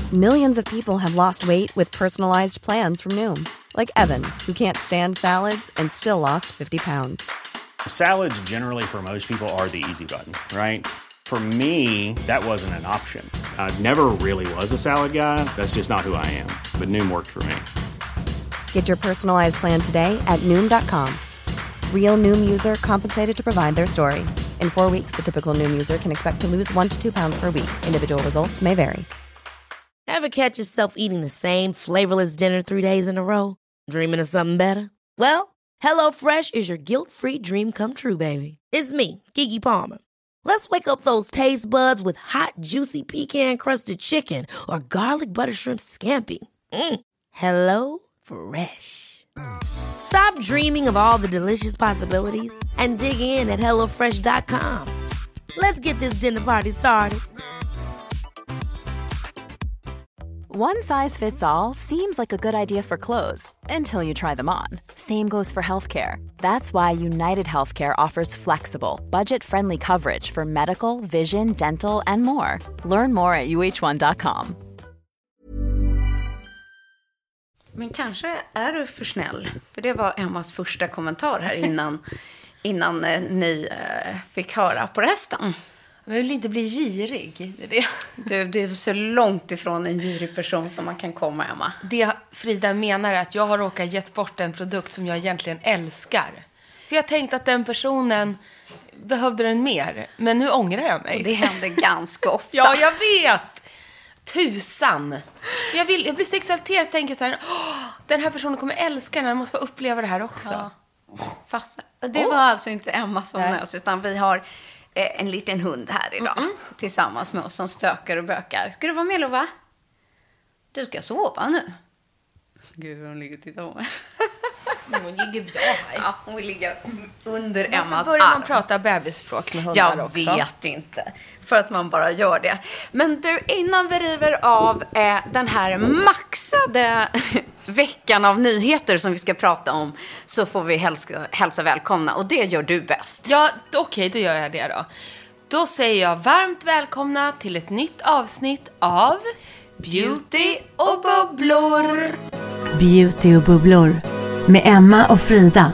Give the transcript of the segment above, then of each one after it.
Millions of people have lost weight with personalized plans from Noom. Like Evan, who can't stand salads and still lost 50 pounds. Salads generally for most people are the easy button, right? For me, that wasn't an option. I never really was a salad guy. That's just not who I am. But Noom worked for me. Get your personalized plan today at Noom.com. Real Noom user compensated to provide their story. In 4 weeks, the typical Noom user can expect to lose 1 to 2 pounds per week. Individual results may vary. Ever catch yourself eating the same flavorless dinner 3 days in a row? Dreaming of something better? Well, HelloFresh is your guilt-free dream come true, baby. It's me, Keke Palmer. Let's wake up those taste buds with hot, juicy pecan-crusted chicken or garlic butter shrimp scampi. Hello Fresh. Stop dreaming of all the delicious possibilities and dig in at HelloFresh.com. Let's get this dinner party started. One size fits all seems like a good idea for clothes until you try them on. Same goes for healthcare. That's why United Healthcare offers flexible, budget-friendly coverage for medical, vision, dental, and more. Learn more at uh1.com. Men kanske är du för snäll. För det var Emmas första kommentar här innan ni fick höra på resten. Jag vill inte bli girig. Du är så långt ifrån en girig person som man kan komma, Emma. Det Frida menar är att jag har råkat gett bort en produkt som jag egentligen älskar. För jag tänkte att den personen behövde den mer. Men nu ångrar jag mig. Och det händer ganska ofta. Ja, jag vet. Tusan. Jag blir så exalterad och tänker så här, den här personen kommer älska den. Jag måste få uppleva det här också. Ja. Fast det var alltså inte Emma som nös, utan vi har en liten hund här idag tillsammans med oss som stökar och bökar. Ska du vara med, Lova? Du ska sova nu. Gud, hon ligger och tittar på mig. Hon ligger bra här. Ja, hon vill ligga under Emmas arm. Börjar man prata bebisspråk med hundar också? Jag vet inte. För att man bara gör det. Men du, innan vi river av den här maxade veckan av nyheter som vi ska prata om, så får vi hälsa välkomna. Och det gör du bäst. Ja, okej, då gör jag det då. Då säger jag varmt välkomna till ett nytt avsnitt av Beauty och bubblor. Beauty och bubblor med Emma och Frida.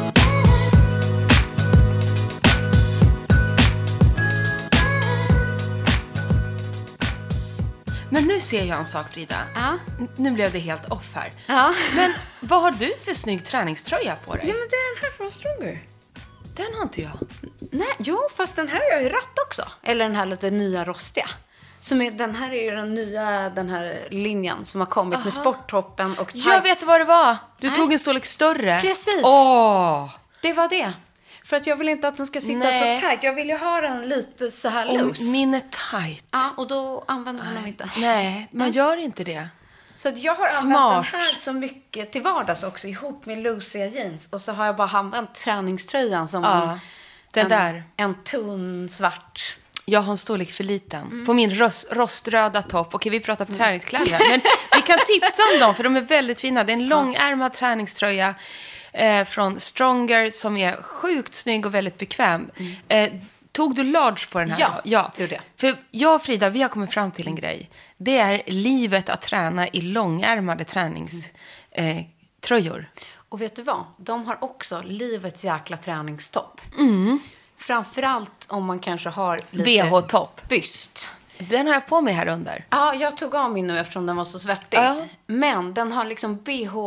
Men nu ser jag en sak, Frida. Ja. Nu blev det helt off här. Ja. Men vad har du för snygg träningströja på dig? Ja, men det är den här från Stronger. Den har inte jag. Nej, jo, fast den här har jag ju rött också. Eller den här lite nya rostiga. Den här är ju den här linjen som har kommit med sporttoppen och tights. Jag vet vad det var. Du tog en storlek större. Precis. Det var det. För att jag vill inte att den ska sitta så tight. Jag vill ju ha den lite så här loose. Min är tight. Ja, och då använder man dem inte. Nej, man gör inte det. Så att jag har använt den här så mycket till vardags också, ihop med loosiga jeans. Och så har jag bara använt träningströjan som en tunn svart. Jag har en storlek för liten. På min roströda topp. Okej, vi pratar på träningskläder. Men vi kan tipsa om dem, för de är väldigt fina. Det är en långärmad träningströja från Stronger som är sjukt snygg och väldigt bekväm. Tog du large på den här? Ja, det gjorde jag. För jag och Frida, vi har kommit fram till en grej. Det är livet att träna i långärmade träningströjor. Och vet du vad? De har också livets jäkla träningstopp. Framförallt om man kanske har lite BH-topp. Byst. Den har jag på mig här under. Ja, jag tog av min nu eftersom den var så svettig. Men den har liksom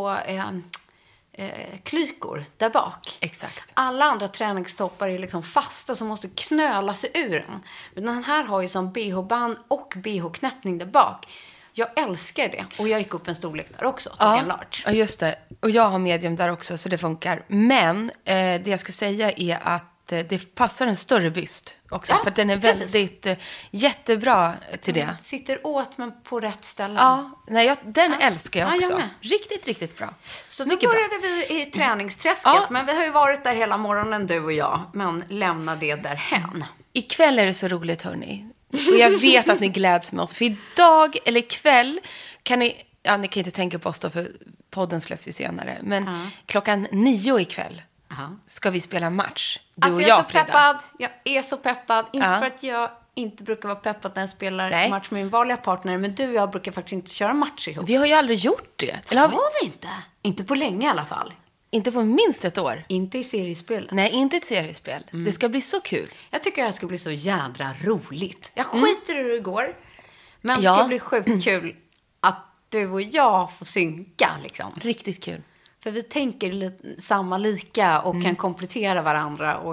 klykor där bak. Exakt. Alla andra träningstoppar är liksom fasta som måste knöla sig ur den. Men den här har ju som BH-band och BH-knäppning där bak. Jag älskar det. Och jag gick upp en storlek där också. En large. Ja, just det. Och jag har medium där också, så det funkar. Men det jag ska säga är att det passar en större byst också. För att den är väldigt jättebra till det. Sitter åt, men på rätt ställe. Ja, den älskar jag också. Riktigt, riktigt bra. Så då började vi i träningsträsket. Men vi har ju varit där hela morgonen, du och jag. Men lämna det därhen. Ikväll är det så roligt, hörni. Och jag vet att ni gläds med oss. För idag, eller ikväll, kan ni... Ja, ni kan inte tänka på oss då, för podden släpps ju senare. Men 9:00 ikväll ska vi spela match. Du och jag, är så peppad. Jag är så peppad. Inte för att jag inte brukar vara peppad när jag spelar match med min vanliga partner. Men du och jag brukar faktiskt inte köra match ihop. Vi har ju aldrig gjort det. Eller har vi inte? Inte på länge i alla fall. Inte på minst ett år. Inte i seriespelet. Nej, inte ett seriespel. Det ska bli så kul. Jag tycker det här ska bli så jädra roligt. Jag skiter i hur det går. Men det ska bli sjukt kul att du och jag får synka liksom. Riktigt kul. För vi tänker samma lika och kan komplettera varandra och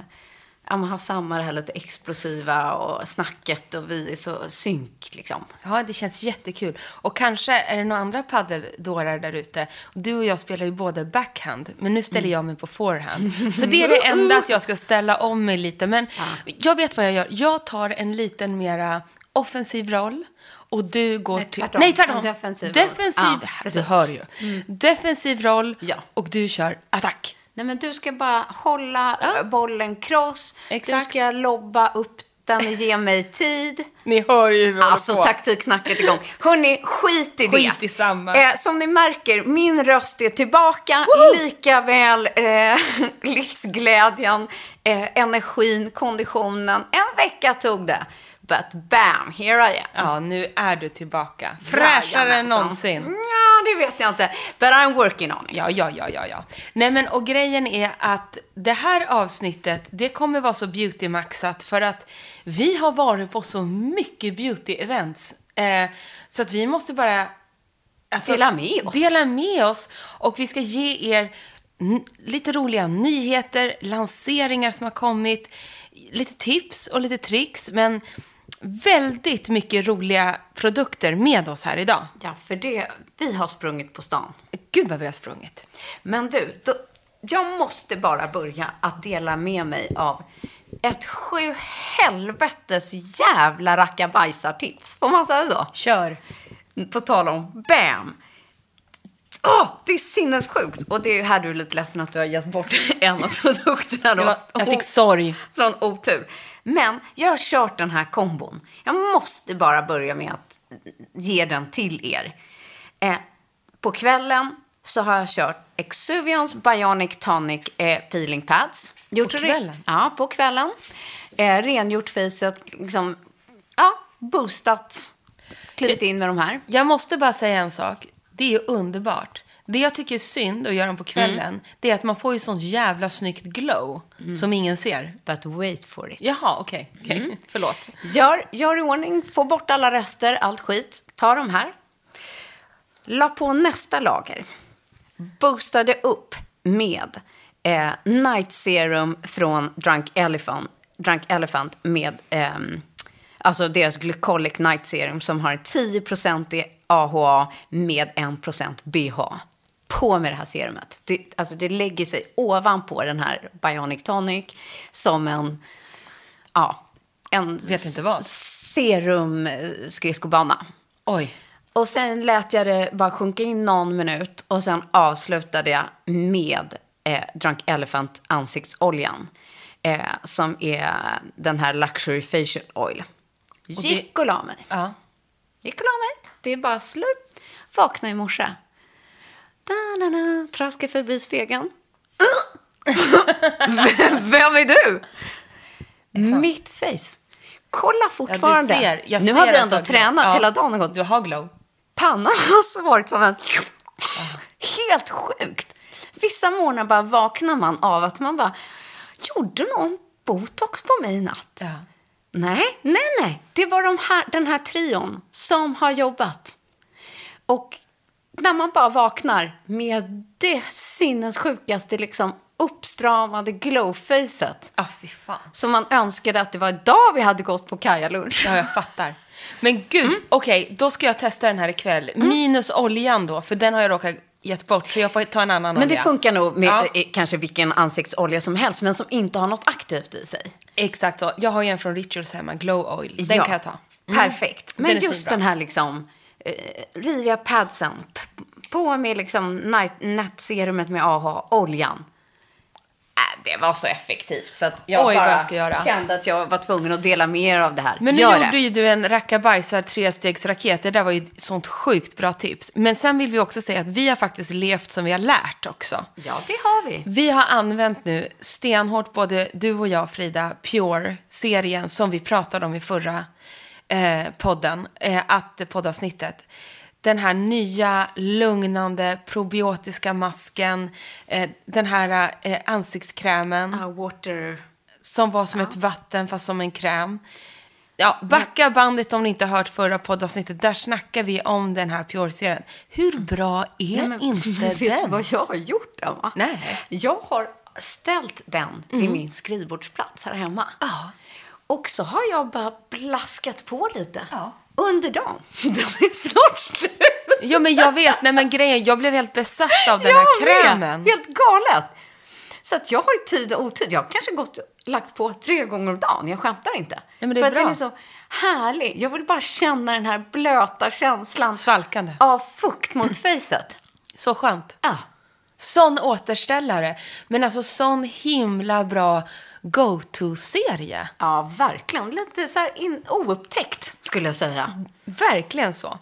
man har samma det här lite explosiva och snacket och vi är så synk liksom. Ja, det känns jättekul. Och kanske är det några andra paddeldårar där ute. Du och jag spelar ju både backhand, men nu ställer jag mig på forehand. Så det är det enda att jag ska ställa om mig lite. Men jag vet vad jag gör. Jag tar en liten mera offensiv roll. Och du går till... Nej, tvärtom. Defensiv du hör ju. Defensiv roll och du kör attack. Nej, men du ska bara hålla bollen cross. Exakt. Du ska lobba upp den och ge mig tid. Ni hör ju hur alltså taktiksnacket igång. Hörrni, skit i det. Skit i samma. Som ni märker, min röst är tillbaka. Lika väl livsglädjen, energin, konditionen. En vecka tog det. But bam, here I am. Ja, nu är du tillbaka. Fräschare än någonsin. Ja, det vet jag inte. But I'm working on it. Ja. Nej, men och grejen är att det här avsnittet, det kommer vara så beauty-maxat för att vi har varit på så mycket beauty-events. Så att vi måste bara... Alltså, dela med oss. Och vi ska ge er lite roliga nyheter, lanseringar som har kommit, lite tips och lite tricks, men väldigt mycket roliga produkter med oss här idag. Ja, för vi har sprungit på stan. Gud vad vi har sprungit. Men du, jag måste bara börja att dela med mig av ett 7 helvetes jävla rackabajsartips. Får man säga så? Kör. På tal om bam. Det är sinnessjukt. Och det är ju här du är lite ledsen att du har gett bort en av produkterna då. Jag fick sorg. Sån otur. Men jag har kört den här kombon. Jag måste bara börja med att ge den till er. På kvällen så har jag kört Exuvians Bionic Tonic Peeling Pads. På kvällen? Ja, på kvällen. Rengjort facet, liksom, boostat. Klivit in med de här. Jag måste bara säga en sak. Det är underbart. Det jag tycker är synd att göra dem på kvällen, det är att man får ju sånt jävla snyggt glow som ingen ser. But wait for it. Jaha, okej. Förlåt. Gör i ordning, få bort alla rester, allt skit. Ta de här. La på nästa lager. Boostade upp med Night Serum från Drunk Elephant med alltså deras Glycolic Night Serum som har 10% i AHA med 1% BH. På med det här serumet. Det lägger sig ovanpå den här Bionic Tonic som en vet inte vad. Serum skridskobana. Oj. Och sen lät jag det bara sjunka in någon minut och sen avslutade jag med Drunk Elephant ansiktsoljan som är den här Luxury Facial Oil. Gick och la mig. Ja. Gick och la mig. Det är bara slurp. Vakna i morse. Traska förbi spegeln. Vem är du? Mitt face. Kolla fortfarande. Ja, du ser. Nu har vi ändå tränat hela dagen. Och du har glow. Pannan har varit som en... Helt sjukt. Vissa morgnar bara vaknar man av att man bara... Gjorde någon botox på mig i natt? Ja. Nej. Det var den här trion som har jobbat. Och när man bara vaknar med det sinnessjukaste liksom uppstramade glowfacet. Fy fan. Som man önskade att det var idag vi hade gått på Kaja-lunch. Ja, jag fattar. Men gud, okej, då ska jag testa den här ikväll. Minus oljan då, för den har jag råkat gett bort. Så jag får ta en annan olja. Men det funkar nog med kanske vilken ansiktsolja som helst. Men som inte har något aktivt i sig. Exakt så. Jag har ju en från Rituals hemma, Glow Oil. Den kan jag ta. Perfekt. Men just den här liksom riviga padsen. På med liksom nätserumet med AHA, oljan. Det var så effektivt så att jag vad bara jag ska göra. kände att jag var tvungen att dela med er av det här. Men nu gjorde ju du en rackabajsar 3-stegsraket. Det där var ju sånt sjukt bra tips. Men sen vill vi också säga att vi har faktiskt levt som vi har lärt också. Ja, det har vi. Vi har använt nu stenhårt, både du och jag, Frida, Pure-serien som vi pratade om i förra poddavsnittet. Den här nya lugnande probiotiska masken, den här ansiktskrämen Water. som var som ett vatten fast som en kräm. Ja, backa bandet om ni inte har hört förra poddavsnittet. Där snackar vi om den här Pure-serien. Hur bra är inte vet den? Vet du vad jag har gjort, Emma? Nej. Jag har ställt den vid min skrivbordsplats här hemma. Ja. Och så har jag bara blaskat på lite under dagen. Den är snart slut. Ja, men jag vet. Nej, men grejen, jag blev helt besatt av den här krämen. Helt galet. Så att jag har i tid och otid. Jag har kanske lagt på 3 gånger om dagen. Jag skämtar inte. Nej, men det är för bra. att den är så härlig. Jag vill bara känna den här blöta känslan. Svalkande. Av fukt mot facet. Så skönt. Ja. Sån återställare. Men alltså sån himla bra go-to-serie. Ja, verkligen. Lite så här oupptäckt, skulle jag säga. Verkligen så.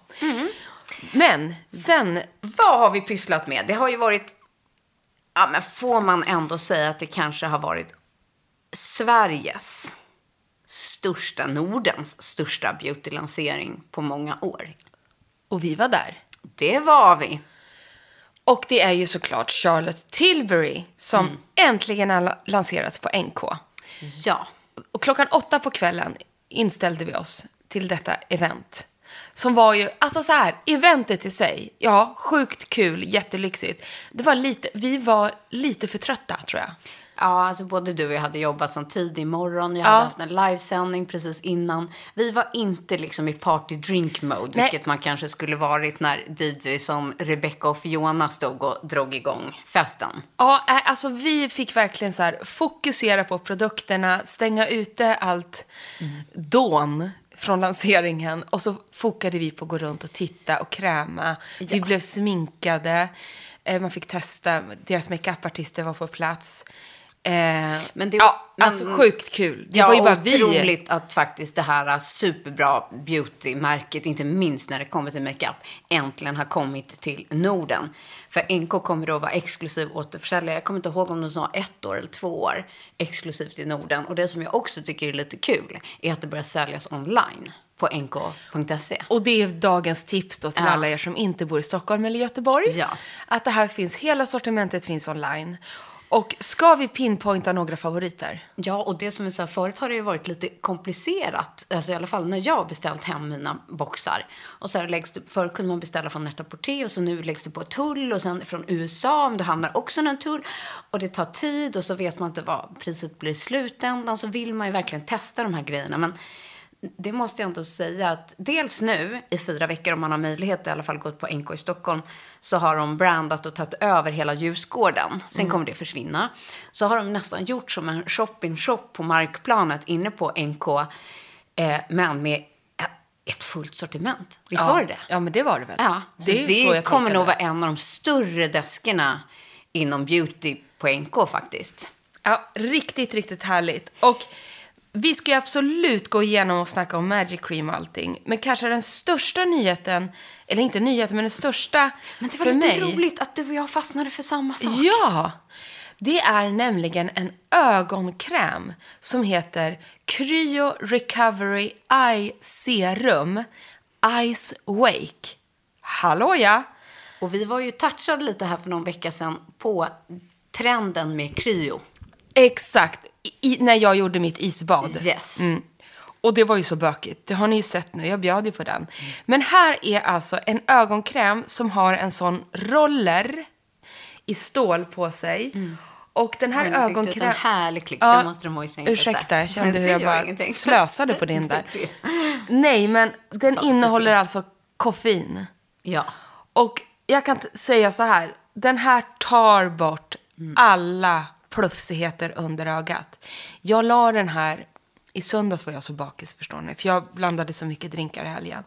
Men sen... Vad har vi pysslat med? Det har ju varit... Ja, men får man ändå säga att det kanske har varit Sveriges Nordens största beauty-lansering på många år. Och vi var där. Det var vi. Och det är ju såklart Charlotte Tilbury som äntligen har lanserats på NK. Ja. Och 8:00 på kvällen inställde vi oss till detta event. Som var ju, alltså så här, eventet i sig, ja, sjukt kul, jättelyxigt. Vi var lite för trötta, tror jag. Ja, alltså både du och jag hade jobbat som tidig morgon. Jag hade haft en livesändning precis innan. Vi var inte liksom i party drink mode, vilket man kanske skulle varit när DJ som Rebecca och Fiona stod och drog igång festen. Ja, alltså vi fick verkligen så här fokusera på produkterna, stänga ute allt dån från lanseringen och så fokade vi på att gå runt och titta och kräma. Ja. Vi blev sminkade. Man fick testa. Deras makeup-artister var på plats. Men det, alltså sjukt kul. Det var ju bara otroligt att faktiskt det här superbra beauty-märket, inte minst när det kommer till makeup, äntligen har kommit till Norden. För NK kommer då vara exklusiv återförsäljare. Jag kommer inte ihåg om de sa 1 år eller 2 år exklusivt i Norden. Och det som jag också tycker är lite kul är att det börjar säljas online på nk.se. Och det är dagens tips då till alla er som inte bor i Stockholm eller Göteborg. Ja. Att det här finns, hela sortimentet finns online. Och ska vi pinpointa några favoriter? Ja, och det som är så här, förut har det ju varit lite komplicerat. Alltså i alla fall när jag har beställt hem mina boxar. Och så här förr kunde man beställa från Net-a-Porter och så nu läggs det på tull. Och sen från USA, men då hamnar också en tull. Och det tar tid och så vet man inte vad priset blir i slutändan. Så vill man ju verkligen testa de här grejerna. Men det måste jag ändå säga att dels nu i 4 veckor, om man har möjlighet i alla fall gått på NK i Stockholm, så har de brandat och tagit över hela Djurgården. Sen kommer det försvinna. Så har de nästan gjort som en shop-in-shop på markplanet inne på NK, men med ett fullt sortiment. Visst var det? Ja, men det var det väl. Ja, det kommer nog vara en av de större deskerna inom beauty på NK faktiskt. Ja, riktigt, riktigt härligt. Och vi ska ju absolut gå igenom och snacka om Magic Cream och allting. Men kanske den största nyheten, eller inte nyheten, men den största men det var för lite mig, roligt att du och jag fastnade för samma sak. Ja, det är nämligen en ögonkräm som heter Cryo Recovery Eye Serum Ice Wake. Hallå ja! Och vi var ju touchade lite här för någon vecka sedan på trenden med kryo. Exakt, när jag gjorde mitt isbad. Yes. Och det var ju så bökigt. Det har ni ju sett nu, jag bjöd ju på den. Men här är alltså en ögonkräm som har en sån roller i stål på sig. Och den här ögonkräm... En härlig klick, det måste de ha ju sänkt. Ursäkta, jag kände hur jag bara slösade på din där. Nej, men den innehåller alltså koffein. Ja. Och jag kan säga så här, den här tar bort alla plufsigheter under ögat. Jag la den här, i söndags var jag så bakis, förstår ni, för jag blandade så mycket drinkar i helgen.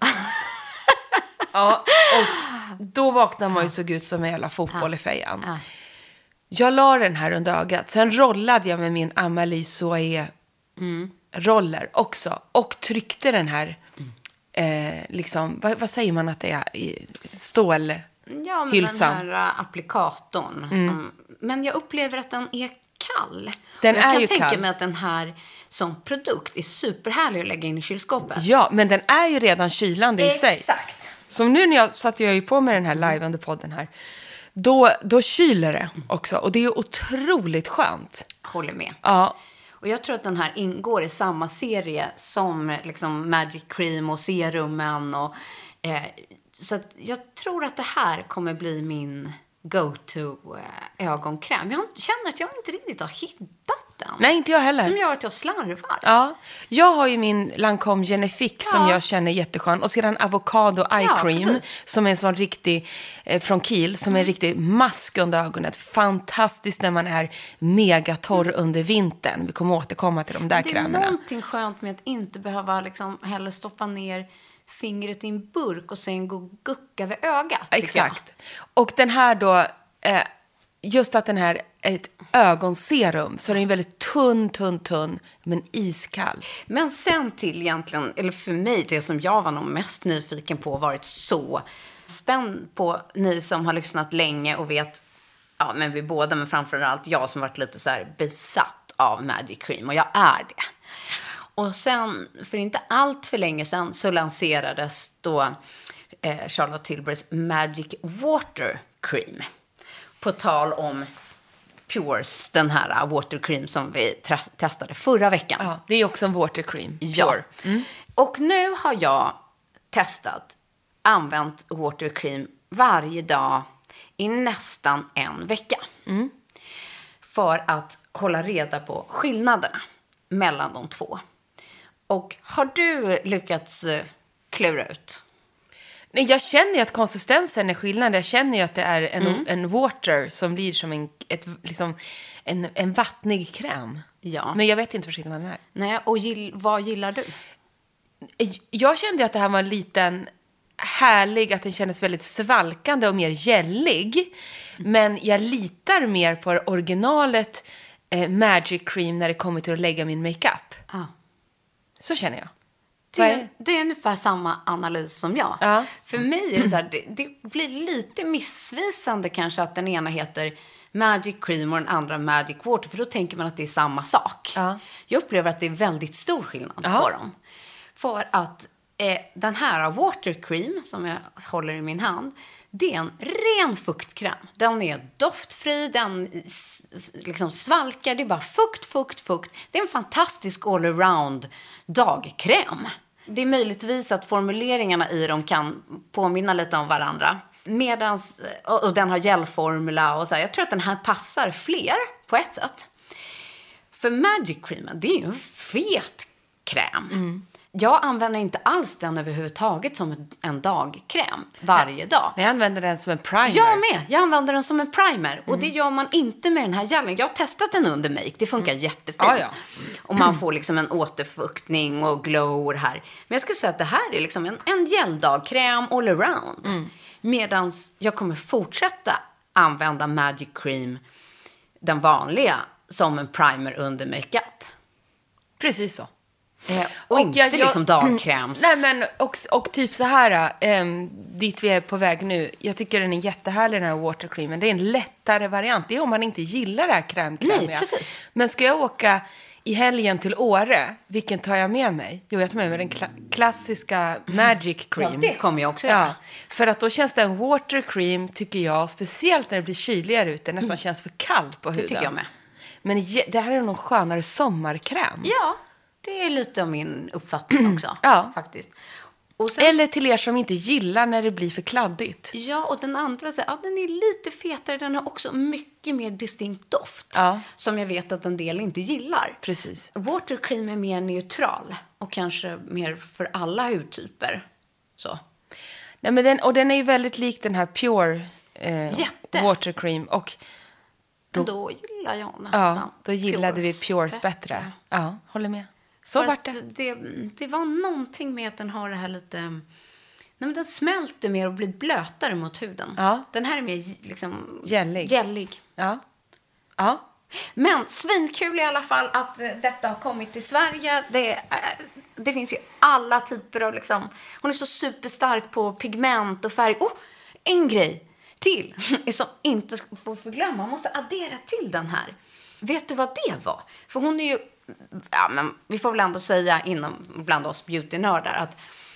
Ja, och då vaknade man ju så ut som en jävla fotboll i fejan. Jag la den här under ögat. Sen rollade jag med min Amalie Soe roller också. Och tryckte den här, liksom, vad säger man att det är? Stålhylsan. Ja, men den här applikatorn. Men jag upplever att den är kall. Den är ju kall. Jag kan tänka mig att den här som produkt är superhärlig att lägga in i kylskåpet. Ja, men den är ju redan kylande i sig. Exakt. Så nu när jag satt jag ju på med den här live under podden här. Då kyler det också. Och det är otroligt skönt. Håller med. Ja. Och jag tror att den här ingår i samma serie som liksom Magic Cream och serumen. Och, så att jag tror att det här kommer bli min go-to ögonkräm. Jag känner att jag inte riktigt har hittat den. Nej, inte jag heller. Som gör att jag slarvar. Ja, jag har ju min Lancome Genifique som jag känner jätteskön. Och sedan Avocado Eye Cream som är en sån riktig, från Kiel, som är en riktig mask under ögonet. Fantastiskt när man är megatorr under vintern. Vi kommer återkomma till de där krämerna. Det är någonting skönt med att inte behöva liksom heller stoppa ner fingret i en burk och sen gå och gucka vid ögat. Exakt. Och den här då, just att den här är ett ögonserum, så den är väldigt tunn, men iskall. Men sen till egentligen, eller för mig, det som jag var nog mest nyfiken på, varit så spänd på, ni som har lyssnat länge och vet, ja men vi båda, men framförallt jag som varit lite så här besatt av Magic Cream, och jag är det. Och sen, för inte allt för länge sedan, så lanserades då Charlotte Tilburys Magic Water Cream. På tal om Pures, den här water cream som vi testade förra veckan. Ja, det är också en water cream. Ja. Och nu har jag använt water cream varje dag i nästan en vecka. För att hålla reda på skillnaderna mellan de två. Och har du lyckats klura ut? Nej, jag känner ju att konsistensen är skillnad. Jag känner ju att det är en water som blir som en vattnig kräm. Ja. Men jag vet inte vad skillnaden är. Nej, och vad gillar du? Jag kände att det här var en liten härlig, att den kändes väldigt svalkande och mer gällig. Men jag litar mer på originalet Magic Cream när det kommer till att lägga min makeup. Ja. Så känner jag. Det är ungefär samma analys som jag. Ja. För mig är det så här, det blir lite missvisande kanske att den ena heter Magic Cream och den andra Magic Water. För då tänker man att det är samma sak. Ja. Jag upplever att det är väldigt stor skillnad på dem. För att den här Water Cream som jag håller i min hand, det är en ren fuktkräm. Den är doftfri, den liksom svalkar, det är bara fukt. Det är en fantastisk all-around dagkräm. Det är möjligtvis att formuleringarna i dem kan påminna lite om varandra. Och den har gelformula och så här. Jag tror att den här passar fler på ett sätt. För Magic Creamen, det är ju en fet kräm. Jag använder inte alls den överhuvudtaget som en dagkräm varje dag. Jag använder den som en primer. Jag med. Jag använder den som en primer. Och det gör man inte med den här gelen. Jag har testat den under make. Det funkar jättefint. Ja. Och man får liksom en återfuktning och glow här. Men jag skulle säga att det här är liksom en geldagkräm all around. Medan jag kommer fortsätta använda Magic Cream, den vanliga, som en primer under makeup. Precis så. Och inte liksom dagkräms. Nej, men och typ så här, dit vi är på väg nu. Jag tycker den är jättehärlig, den här watercreamen. Det är en lättare variant. Det är om man inte gillar det här krämkrämiga. Nej, precis. Men ska jag åka i helgen till Åre, vilken tar jag med mig? Jo, jag tar med mig den klassiska Magic Cream. Ja, det kommer jag också göra. Ja, för att då känns det en watercream, tycker jag, speciellt när det blir kyligare ute, nästan känns för kallt på huden. Det tycker jag med. Men det här är någon skönare sommarkräm. Ja, det är lite av min uppfattning också. Ja. Faktiskt. Och sen, eller till er som inte gillar när det blir för kladdigt. Ja, och den andra, den är lite fetare. Den har också mycket mer distinkt doft. Ja. Som jag vet att en del inte gillar. Precis. Watercream är mer neutral. Och kanske mer för alla hudtyper. Så. Nej, men den är ju väldigt lik den här Pure watercream. Och då gillar jag nästan. Ja, då gillade vi Pures bättre. Ja, håller med. Så vart det. Det var någonting med att den har det här lite... Nej, men den smälter mer och blir blötare mot huden. Ja. Den här är mer liksom... Gällig. Gällig. Ja. Ja. Men svinkul i alla fall att detta har kommit till Sverige. Det finns ju alla typer av liksom... Hon är så superstark på pigment och färg. En grej till som inte får förglömma. Man måste addera till den här. Vet du vad det var? För hon är ju... Ja, men vi får väl ändå säga bland oss beautynördar att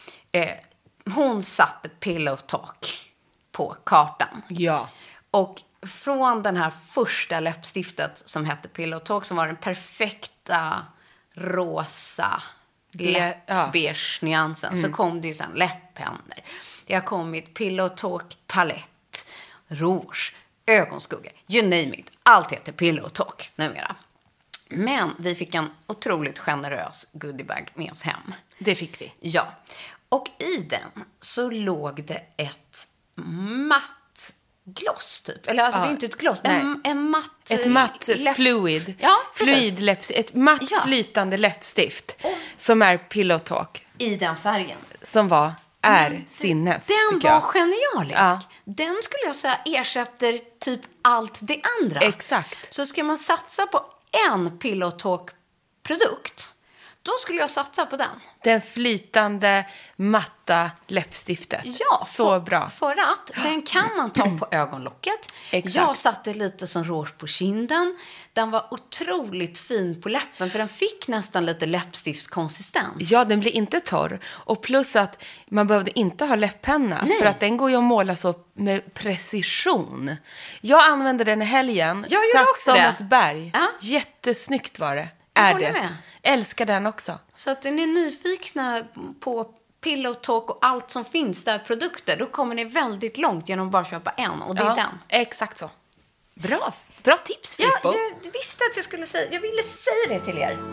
hon satte Pillow Talk på kartan. Ja. Och från den här första läppstiftet som hette Pillow Talk, som var den perfekta rosa beige-nyansen, så kom det ju sen läpppennor. Det har kommit Pillow Talk palett, rouge, ögonskugga, you name it. Allt heter Pillow Talk numera. Men vi fick en otroligt generös goodiebag med oss hem. Det fick vi. Ja. Och i den så låg det ett matt gloss typ. Eller alltså det är inte ett gloss. En matt... Ett matt fluid. Ja, fluid ett matt flytande läppstift. Som är Pillow Talk. I den färgen. Som är sinnes. Den var genialisk. Ja. Den skulle jag säga ersätter typ allt det andra. Exakt. Så ska man satsa på en Pillow Talk-produkt, då skulle jag satsa på den. Den flytande, matta läppstiftet. Ja, så bra. För att den kan man ta på ögonlocket. Exakt. Jag satte lite som rouge på kinden. Den var otroligt fin på läppen, för den fick nästan lite läppstiftskonsistens. Ja, den blir inte torr. Och plus att man behövde inte ha läpppenna. Nej. För att den går ju att måla så med precision. Jag använde den i helgen. Satt som ett berg. Ja. Jättesnyggt var det. Är det. Med. Älskar den också. Så att ni är nyfikna på Pillow Talk och allt som finns där, produkter, då kommer ni väldigt långt genom att bara köpa en, och det är den. Exakt så. Bra tips, Filippo. Ja, jag visste att jag ville säga det till er.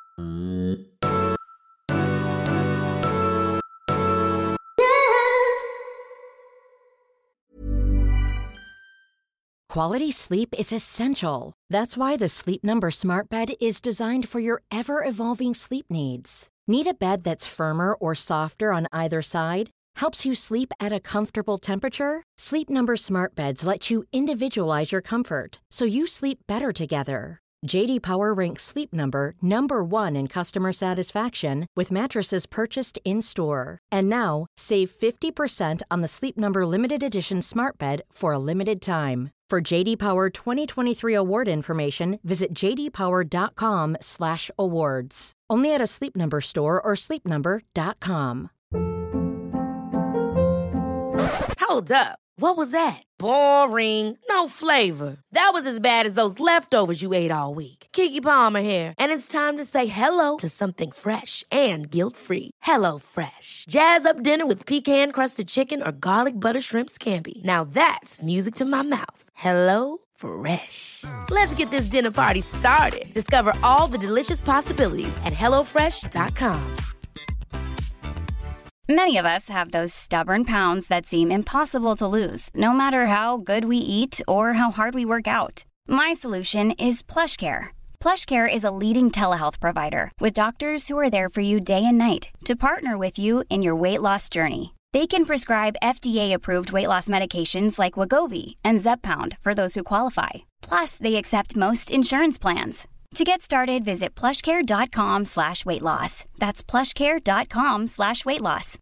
Quality sleep is essential. That's why the Sleep Number Smart Bed is designed for your ever-evolving sleep needs. Need a bed that's firmer or softer on either side? Helps you sleep at a comfortable temperature? Sleep Number Smart Beds let you individualize your comfort, so you sleep better together. JD Power ranks Sleep Number #1 in customer satisfaction with mattresses purchased in-store. And now, save 50% on the Sleep Number Limited Edition Smart Bed for a limited time. For JD Power 2023 award information, visit jdpower.com/awards. Only at a Sleep Number store or sleepnumber.com. Hold up. What was that? Boring. No flavor. That was as bad as those leftovers you ate all week. Keke Palmer here, and it's time to say hello to something fresh and guilt-free. Hello Fresh. Jazz up dinner with pecan-crusted chicken or garlic butter shrimp scampi. Now that's music to my mouth. Hello Fresh. Let's get this dinner party started. Discover all the delicious possibilities at hellofresh.com. Many of us have those stubborn pounds that seem impossible to lose, no matter how good we eat or how hard we work out. My solution is PlushCare. PlushCare is a leading telehealth provider with doctors who are there for you day and night to partner with you in your weight loss journey. They can prescribe FDA-approved weight loss medications like Wegovy and Zepbound for those who qualify. Plus, they accept most insurance plans. To get started, visit plushcare.com/weightloss. That's plushcare.com/weightloss.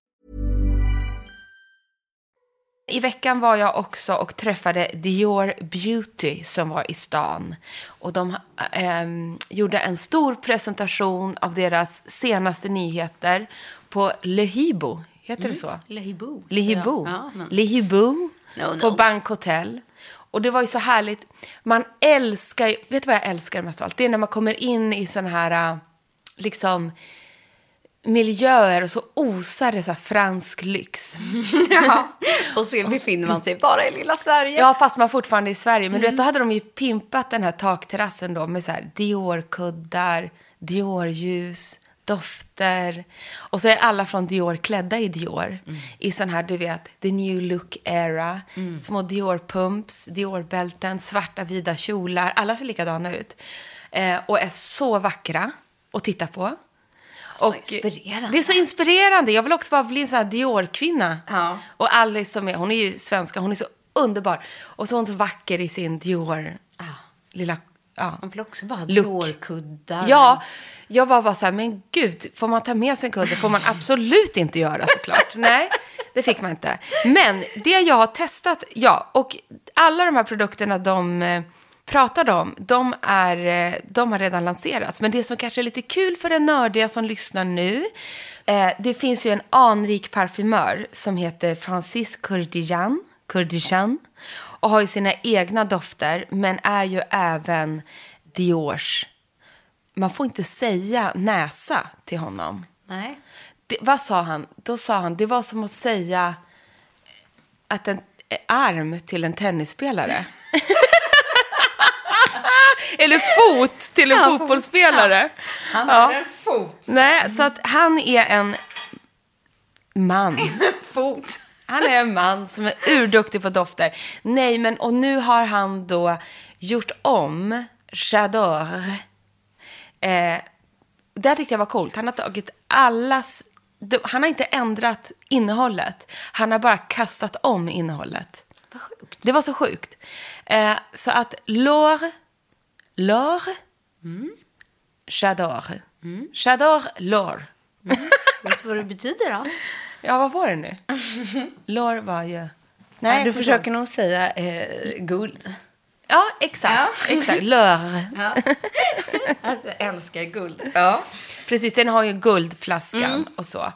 I veckan var jag också och träffade Dior Beauty som var i stan. Och de gjorde en stor presentation av deras senaste nyheter på Le Hibo. Heter det så? Le Hibo. Le Hibo. Ja, Le Hibo på Bank Hotel. Och det var ju så härligt. Man älskar, vet du vad jag älskar mest av allt? Det är när man kommer in i såna här liksom miljöer och så osar det så här fransk lyx. Ja, och så befinner man sig bara i lilla Sverige. Ja, fast man fortfarande är i Sverige. Men du vet, då hade de ju pimpat den här takterrassen då med så här Dior-kuddar, Dior-ljus, dofter. Och så är alla från Dior klädda i Dior. I sån här, du vet, the new look era. Små Dior-pumps, Dior-bälten, svarta vida kjolar. Alla ser likadana ut. Och är så vackra att titta på. Så inspirerande. Det är så inspirerande. Jag vill också bara bli en sån här Dior-kvinna. Ja. Och Alice som är, hon är ju svenska, hon är så underbar. Och så är hon så vacker i sin Dior lilla Man vill också bara ha look. lårkuddar. Ja, jag var bara så här, men gud, får man ta med sig en kudde? Får man absolut inte göra, såklart. Nej, det fick man inte. Men det jag har testat, och alla de här produkterna de pratade om, de har redan lanserats. Men det som kanske är lite kul för den nördiga som lyssnar nu, det finns ju en anrik parfymör som heter Francis Kurkdjian och har ju sina egna dofter, men är ju även Diors. Man får inte säga näsa till honom. Nej. Vad sa han? Då sa han, det var som att säga att en arm till en tennisspelare. Eller fot till en fotbollsspelare. Ja. Han har en fot. Nej, så att han är en man. Fot. Han är en man som är urduktig på dofter. Nej, men och nu har han då gjort om J'adore. Det tyckte jag var coolt. Han har tagit han har inte ändrat innehållet. Han har bara kastat om innehållet. Vad sjukt. Det var så sjukt. Så att L'Or J'adore. J'adore L'Or. Vet du vad det betyder då? Ja, vad var det nu? L'Or var ju... Nej, du försöker nog säga guld. Ja, exakt. Exakt. L'Or. Ja. Att jag älskar guld. Ja. Precis, den har ju guldflaskan och så.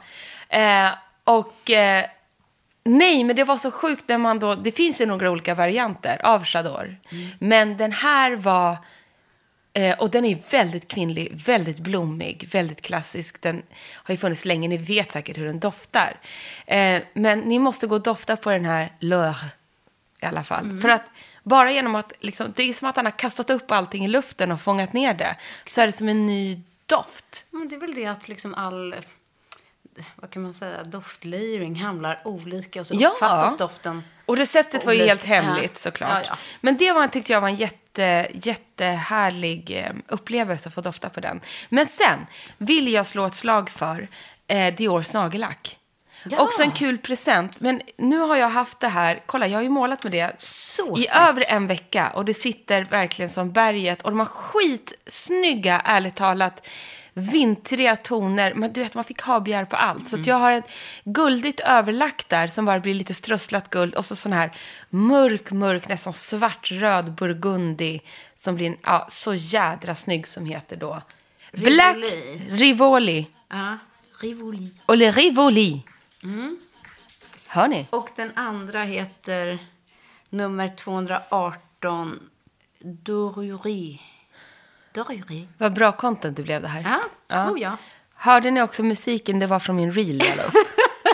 Nej, men det var så sjukt när man då... Det finns ju några olika varianter av J'adore. Men den här var... och den är väldigt kvinnlig, väldigt blommig, väldigt klassisk. Den har ju funnits länge, ni vet säkert hur den doftar. Men ni måste gå och dofta på den här L'Or i alla fall. För att bara genom att, liksom, det är som att han har kastat upp allting i luften och fångat ner det. Så är det som en ny doft. Men det är väl det att liksom vad kan man säga, doftlayering handlar olika och så uppfattas doften. Och receptet var ju olika. helt hemligt såklart. Ja. Men det tyckte jag var en jättehärlig upplevelse att få dofta på den. Men sen vill jag slå ett slag för Diors nagellack. Ja. Också en kul present. Men nu har jag haft det här, kolla jag har ju målat med det så i snyggt. över en vecka. Och det sitter verkligen som berget. Och de har skitsnygga, ärligt talat, vintriga toner. Men du vet, man fick ha begär på allt. Så att jag har ett guldigt överlack där som bara blir lite strösslat guld. Och så sån här mörk, nästan svartröd burgundi som blir så jädra snygg, som heter då Black Rivoli. Ja, Rivoli. Och Le Rivoli. Hör ni? Och den andra heter nummer 218 Doruri. Vad bra content det blev det här. Ja. Oh, ja. Hörde ni också musiken? Det var från min reel jag la upp.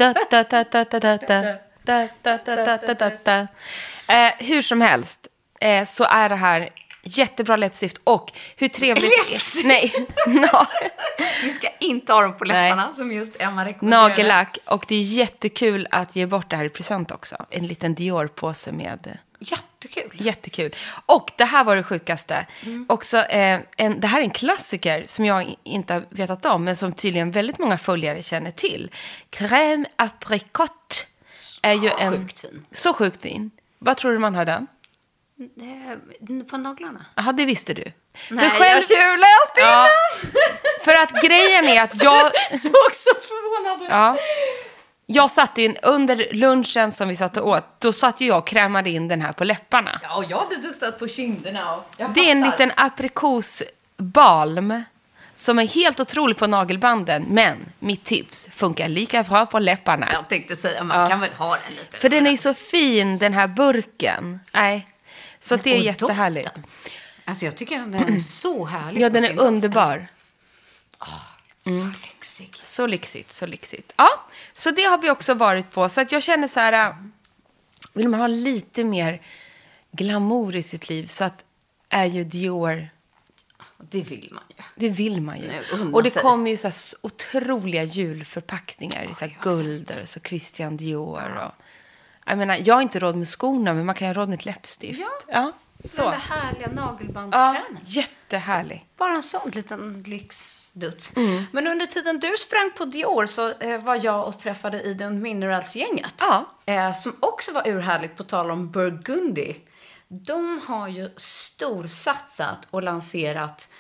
Hur som helst så är det här jättebra läppstift. Och hur trevligt... Läppstift? Nej. Vi ska inte ha dem på läpparna, som just Emma rekommenderar. Nagellack. Och det är jättekul att ge bort det här i present också. En liten Dior-påse med... Jättekul. Och det här var det sjukaste. Också, det här är en klassiker som jag inte har vetat om, men som tydligen väldigt många följare känner till. Crème apricot är ju Sjukt fin. Så sjukt fin. Vad tror du man har den? På naglarna. Jaha, det visste du. Nej, jag tjuvläste innan. För att grejen är att jag... Såg så förvånad ut. Ja. Jag satt in under lunchen som vi satt och åt. Då satt ju jag och krämade in den här på läpparna. Ja, och jag hade duttat på kinderna. Det är en liten aprikosbalm som är helt otrolig på nagelbanden. Men mitt tips funkar lika bra på läpparna. Jag tänkte säga, man kan väl ha den lite. För den är ju så fin, den här burken. Nej, så det är jättehärligt. Doften. Alltså jag tycker att den är så härlig. Ja, den är underbar. Så lyxig. Så lyxigt. Ja, så det har vi också varit på. Så att jag känner så här, vill man ha lite mer glamour i sitt liv, så att är ju Dior... Det vill man ju. Det vill man ju. Och det kommer ju så här otroliga julförpackningar i så här guld och så Christian Dior. Och, jag menar, jag har inte råd med skorna, men man kan ju ha råd med ett läppstift. Ja. Så. Den där härliga nagelbandskrämen. Ja, jättehärlig. Bara en sån liten lyxdutt. Men under tiden du sprang på Dior så var jag och träffade Eden Minerals-gänget. Som också var urhärligt, på tal om Burgundy. De har ju storsatsat och lanserat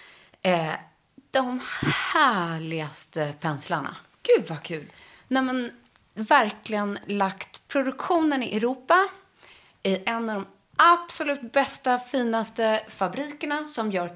de härligaste penslarna. Gud vad kul. När man verkligen lagt produktionen i Europa i en av de absolut bästa, finaste fabrikerna som gör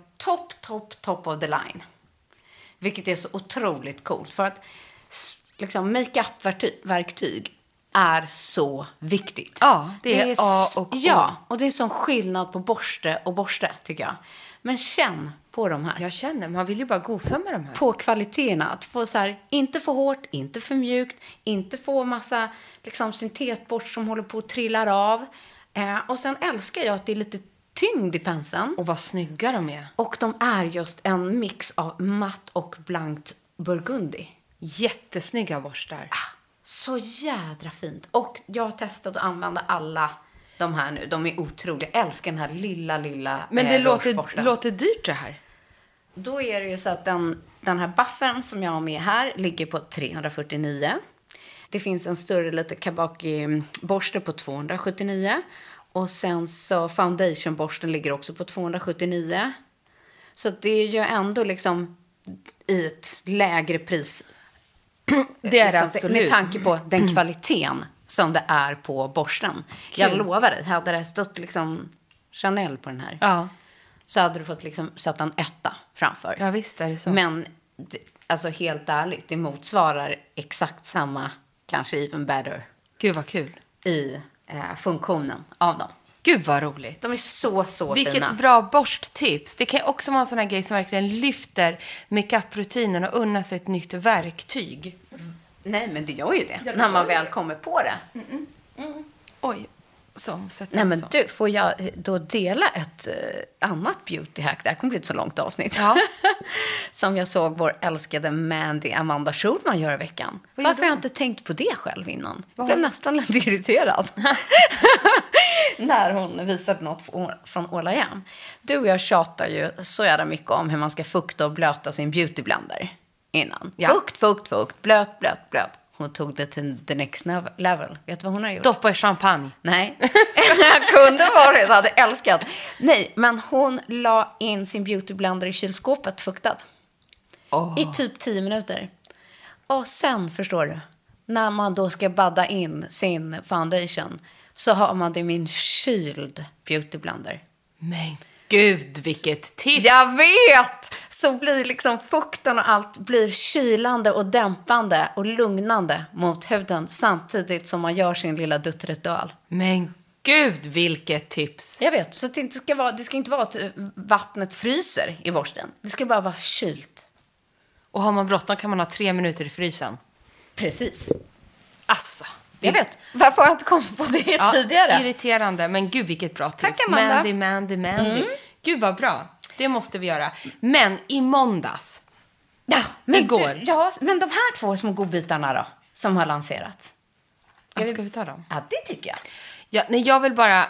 top of the line. Vilket är så otroligt coolt. För att liksom, make-up-verktyg är så viktigt. Ja, det är A och O. Ja, och det är sån skillnad på borste och borste, tycker jag. Men känn på de här. Jag känner, man vill ju bara gosa med de här. På kvaliteterna. Att få så här, inte för hårt, inte för mjukt, inte få massa liksom, syntetborst som håller på att trilla av. Och sen älskar jag att det är lite tyngd i penseln. Och vad snygga de är. Och de är just en mix av matt och blankt burgundi. Jättesnygga borstar. Så jädra fint. Och jag har testat att använda alla de här nu. De är otroliga. Jag älskar den här lilla Men det rocheborsten. låter dyrt det här. Då är det ju så att den här buffern som jag har med här ligger på 349. Det finns en större lite kabaki-borste på 279. Och sen så foundation-borsten ligger också på 279. Så det är ju ändå liksom i ett lägre pris. Det är liksom, absolut. med tanke på den kvaliteten som det är på borsten. Kul. Jag lovar dig, hade det stått liksom Chanel på den här. Ja. Så hade du fått liksom sätta en 1 framför. Ja, visst är det så. Men alltså helt ärligt, det motsvarar exakt samma, kanske even better. Gud vad kul. I funktionen av dem. Gud vad roligt. De är så fina. Vilket bra borsttips. Det kan också vara en sån här grej som verkligen lyfter make-up-rutinen och unnar sig ett nytt verktyg. Nej, men det gör ju det. När man väl kommer på det. Oj. Som nej, men du, får jag då dela ett annat beauty-hack? Det här kommer bli ett så långt avsnitt. Ja. Som jag såg vår älskade Mandy Amanda Schulman göra i veckan. Varför har jag inte tänkt på det själv innan? Jag blev nästan lite irriterad. När hon visade något från All I Am. Du och jag tjatar ju så jävla mycket om hur man ska fukta och blöta sin beautyblender innan. Ja. Fukt, blöt. Hon tog det till the next level. Vet du vad hon har gjort? Doppa i champagne. Nej, jag kunde varit, hade älskat. Nej, men hon la in sin beautyblender i kylskåpet fuktad. I typ 10 minuter. Och sen, förstår du, när man då ska badda in sin foundation så har man det med en kyld beautyblender. Men gud, vilket tips! Jag vet! Så blir liksom fukten och allt blir kylande och dämpande och lugnande mot huden samtidigt som man gör sin lilla duttritual. Men gud, vilket tips! Jag vet, så att det ska inte vara att vattnet fryser i borsten. Det ska bara vara kylt. Och har man bråttom kan man ha 3 minuter i frysen. Precis. Asså. Jag vet. Varför har jag inte kommit på det tidigare? Irriterande, men gud vilket bra tips. Tack, Amanda. Mandy. Gud vad bra. Det måste vi göra. Men i måndags. Ja, men igår. Men de här 2 små godbitarna då, som har lanserats. Ska vi ta dem? Ja, det tycker jag. Ja, nej, jag vill bara...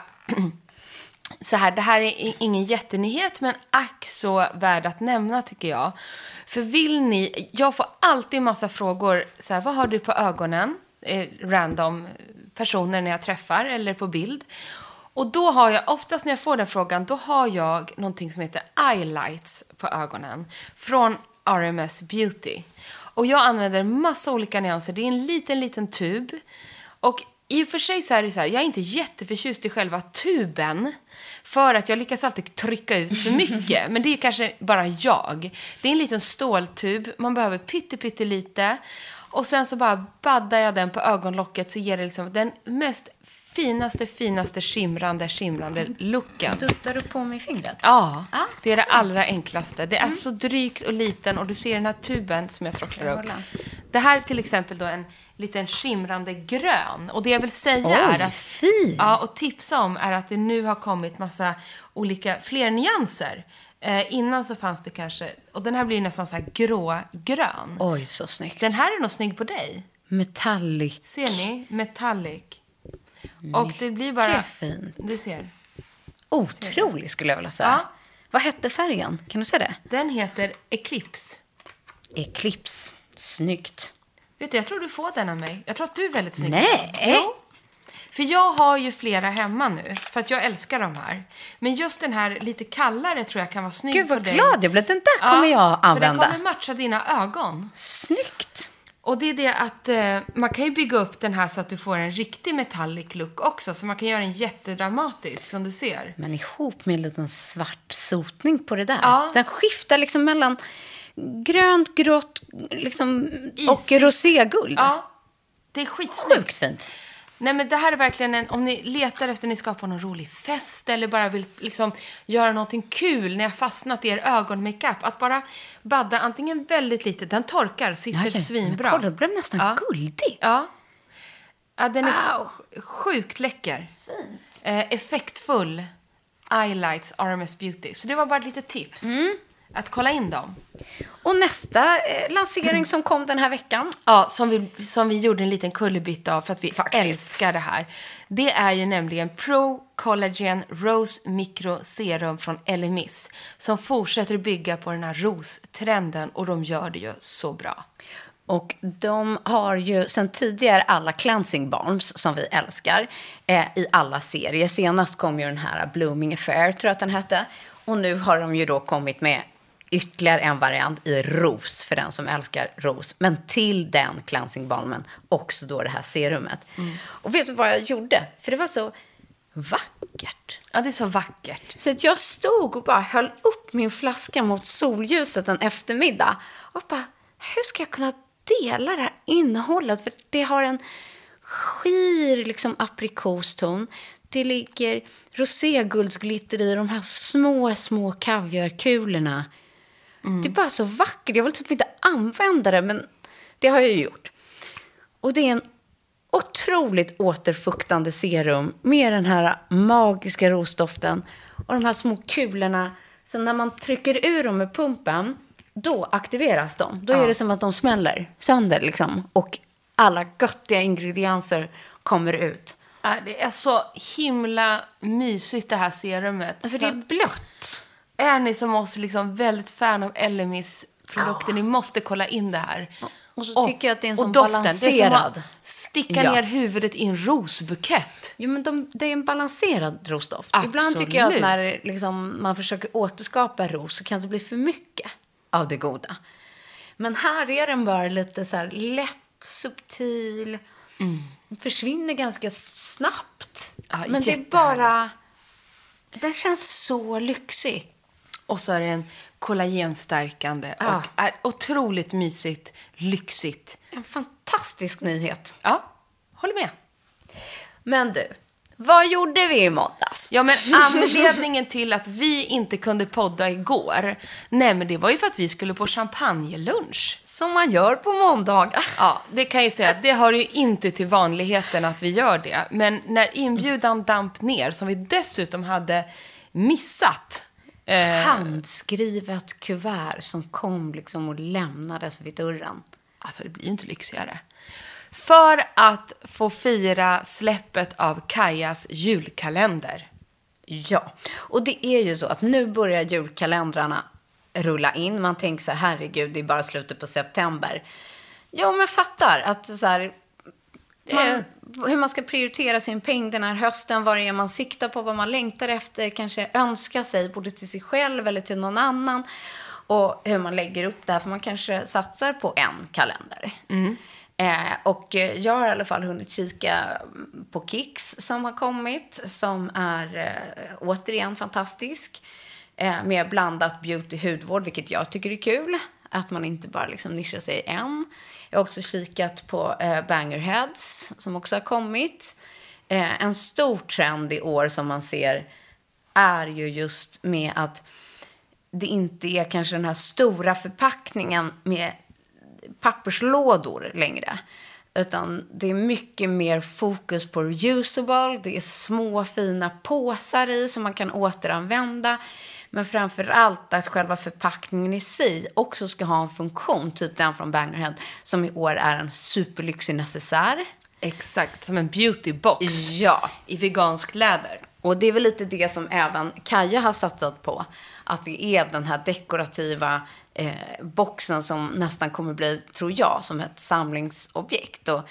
Så här, det här är ingen jättenyhet, men ack så värd att nämna tycker jag. För vill ni... Jag får alltid massa frågor. Så här, vad har du på ögonen? Random personer när jag träffar eller på bild. Och då har jag, oftast när jag får den frågan, då har jag någonting som heter eyelights på ögonen från RMS Beauty. Och jag använder massa olika nyanser. Det är en liten tub. Och i och för sig så är det så här, jag är inte jätteförtjust i själva tuben. För att jag lyckas alltid trycka ut för mycket. Men det är kanske bara jag. Det är en liten ståltub. Man behöver pyttelite. Och sen så bara baddar jag den på ögonlocket så ger det liksom den mest finaste skimrande looken. Duttar du på mig fingret? Ja, det är det allra enklaste. Det är så drygt och liten och du ser den här tuben som jag trocklar upp. Det här är till exempel då en liten skimrande grön. Och det jag vill säga är att... fin! Ja, och tipsa om är att det nu har kommit massa fler nyanser. Innan så fanns det kanske... Och den här blir nästan så här grön. Oj, så snyggt. Den här är nog snygg på dig. Metallic. Ser ni? Metallic. Och det blir bara... Mycket fint. Du ser. Otrolig skulle jag vilja säga. Ja. Vad hette färgen? Kan du se det? Den heter Eclipse. Eclipse. Snyggt. Vet du, jag tror du får den av mig. Jag tror att du är väldigt snygg. Nej. Jo. För jag har ju flera hemma nu, för att jag älskar de här. Men just den här lite kallare tror jag kan vara snygg. Gud, vad på dig. glad jag blev. Den där kommer jag använda. För den kommer matcha dina ögon. Snyggt. Och det är det att man kan ju bygga upp den här så att du får en riktig metallic look också. Så man kan göra den jättedramatisk, som du ser. Men ihop med en liten svart sotning på det där. Ja. Den skiftar liksom mellan grönt, grått liksom, och roséguld. Ja, det är skitsnyggt. Sjukt fint. Nej, men det här är verkligen om ni letar efter ni ska på någon rolig fest eller bara vill liksom göra någonting kul när jag fastnat i er ögonmakeup. Att bara badda antingen väldigt lite, den torkar, sitter svinbra. Kolla, det blev nästan guldig. Ja, den är sjukt läcker. Fint. Effektfull highlights RMS Beauty. Så det var bara ett litet tips. Att kolla in dem. Och nästa lansering som kom den här veckan. Ja, som vi gjorde en liten kullerbytta av för att vi älskar det här. Det är ju nämligen Pro Collagen Rose Micro Serum från LMIS. Som fortsätter bygga på den här rostrenden och de gör det ju så bra. Och de har ju sedan tidigare alla cleansing balms som vi älskar i alla serier. Senast kom ju den här Blooming Affair, tror jag att den hette. Och nu har de ju då kommit med ytterligare en variant i ros för den som älskar ros. Men till den cleansing balmen också då det här serumet. Och vet du vad jag gjorde? För det var så vackert. Ja, det är så vackert. Så att jag stod och bara höll upp min flaska mot solljuset en eftermiddag. Och bara, hur ska jag kunna dela det här innehållet? För det har en skir liksom aprikoston. Det ligger roséguldsglitter i de här små kaviarkulorna. Det är bara så vackert. Jag vill typ inte använda det, men det har jag ju gjort. Och det är en otroligt återfuktande serum med den här magiska rosdoften och de här små kulorna. Så när man trycker ur dem med pumpen, då aktiveras de. Då är det som att de smäller sönder liksom. Och alla göttiga ingredienser kommer ut. Det är så himla mysigt det här serumet. För det är blött. Är ni som oss liksom väldigt fan av LMIs produkter, ni måste kolla in det här. Och så tycker jag att det är en sån doften, balanserad. Det är som att sticka ner huvudet i en rosbukett. Jo, men det är en balanserad rosdoft. Absolut. Ibland tycker jag att när liksom, man försöker återskapa ros så kan det bli för mycket av det goda. Men här är den bara lite så här lätt, subtil. Försvinner ganska snabbt. Ja, men det är bara... Den känns så lyxig. Och så är det en kollagenstärkande och är otroligt mysigt, lyxigt. En fantastisk nyhet. Ja, håller med. Men du, vad gjorde vi i måndags? Ja, men anledningen till att vi inte kunde podda igår, nej men det var ju för att vi skulle på champagnelunch. Som man gör på måndagar. Ja, det kan jag säga att det hör ju inte till vanligheten att vi gör det. Men när inbjudan damp ner, som vi dessutom hade missat. Handskrivet kuvert som kom liksom och lämnades vid dörren. Alltså det blir ju inte lyxigare. För att få fira släppet av Kajas julkalender. Ja, och det är ju så att nu börjar julkalendrarna rulla in. Man tänker så här, herregud, det är bara slutet på september. Ja, men fattar att så här, hur man ska prioritera sin peng den här hösten. Vad det är man siktar på, vad man längtar efter. Kanske önskar sig både till sig själv eller till någon annan. Och hur man lägger upp det här, för man kanske satsar på en kalender. Och jag har i alla fall hunnit kika på Kicks som har kommit. Som är återigen fantastisk. Med blandat beauty-hudvård, vilket jag tycker är kul. Att man inte bara liksom nischar sig i en. Jag har också kikat på Bangerheads som också har kommit. En stor trend i år som man ser är ju just med att det inte är kanske den här stora förpackningen med papperslådor längre. Utan det är mycket mer fokus på reusable. Det är små fina påsar i som man kan återanvända. Men framför allt att själva förpackningen i sig också ska ha en funktion. Typ den från Bangerhead som i år är en superlyxig necessär. Exakt, som en beautybox. Ja. I vegansk läder. Och det är väl lite det som även Kaja har satsat på. Att det är den här dekorativa boxen som nästan kommer bli, tror jag, som ett samlingsobjekt. Och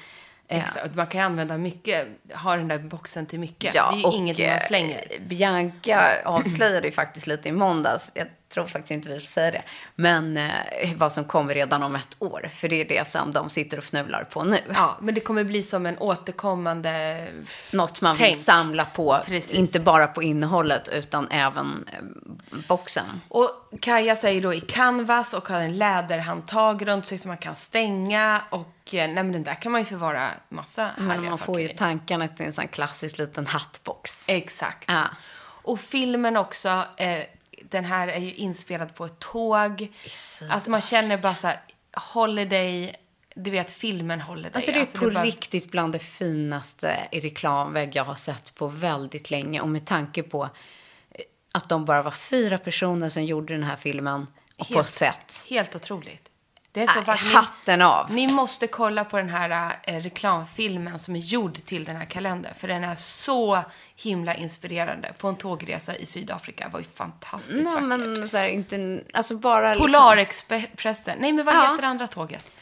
Exakt. Man kan använda mycket, ha den där boxen till mycket. Ja, det är ju ingenting man slänger. Bianca avslöjade ju faktiskt lite i måndags. Jag tror faktiskt inte vi får säga det. Men vad som kommer redan om 1 år. För det är det som de sitter och fnular på nu. Ja, men det kommer bli som en återkommande något man vill samla på. Precis. Inte bara på innehållet utan även boxen. Och Kaja säger då i canvas och har en läderhandtag runt sig som man kan stänga. Och nej, men den där kan man ju förvara massa härliga Men man saker får ju i. tankarna till en sån klassisk liten hattbox. Exakt. Ja. Och filmen också, den här är ju inspelad på ett tåg. Alltså man känner bara så här, holiday, du vet filmen holiday. Alltså det är på riktigt bland det finaste i reklamvägg jag har sett på väldigt länge. Och med tanke på att de bara var 4 personer som gjorde den här filmen och på set. Helt otroligt. Det är så vackert. Hatten av. Ni måste kolla på den här reklamfilmen som är gjord till den här kalendern. För den är så himla inspirerande. På en tågresa i Sydafrika. Det var ju fantastiskt vackert. Men så här, inte, alltså bara Polarexpressen. Nej, men vad heter det andra tåget?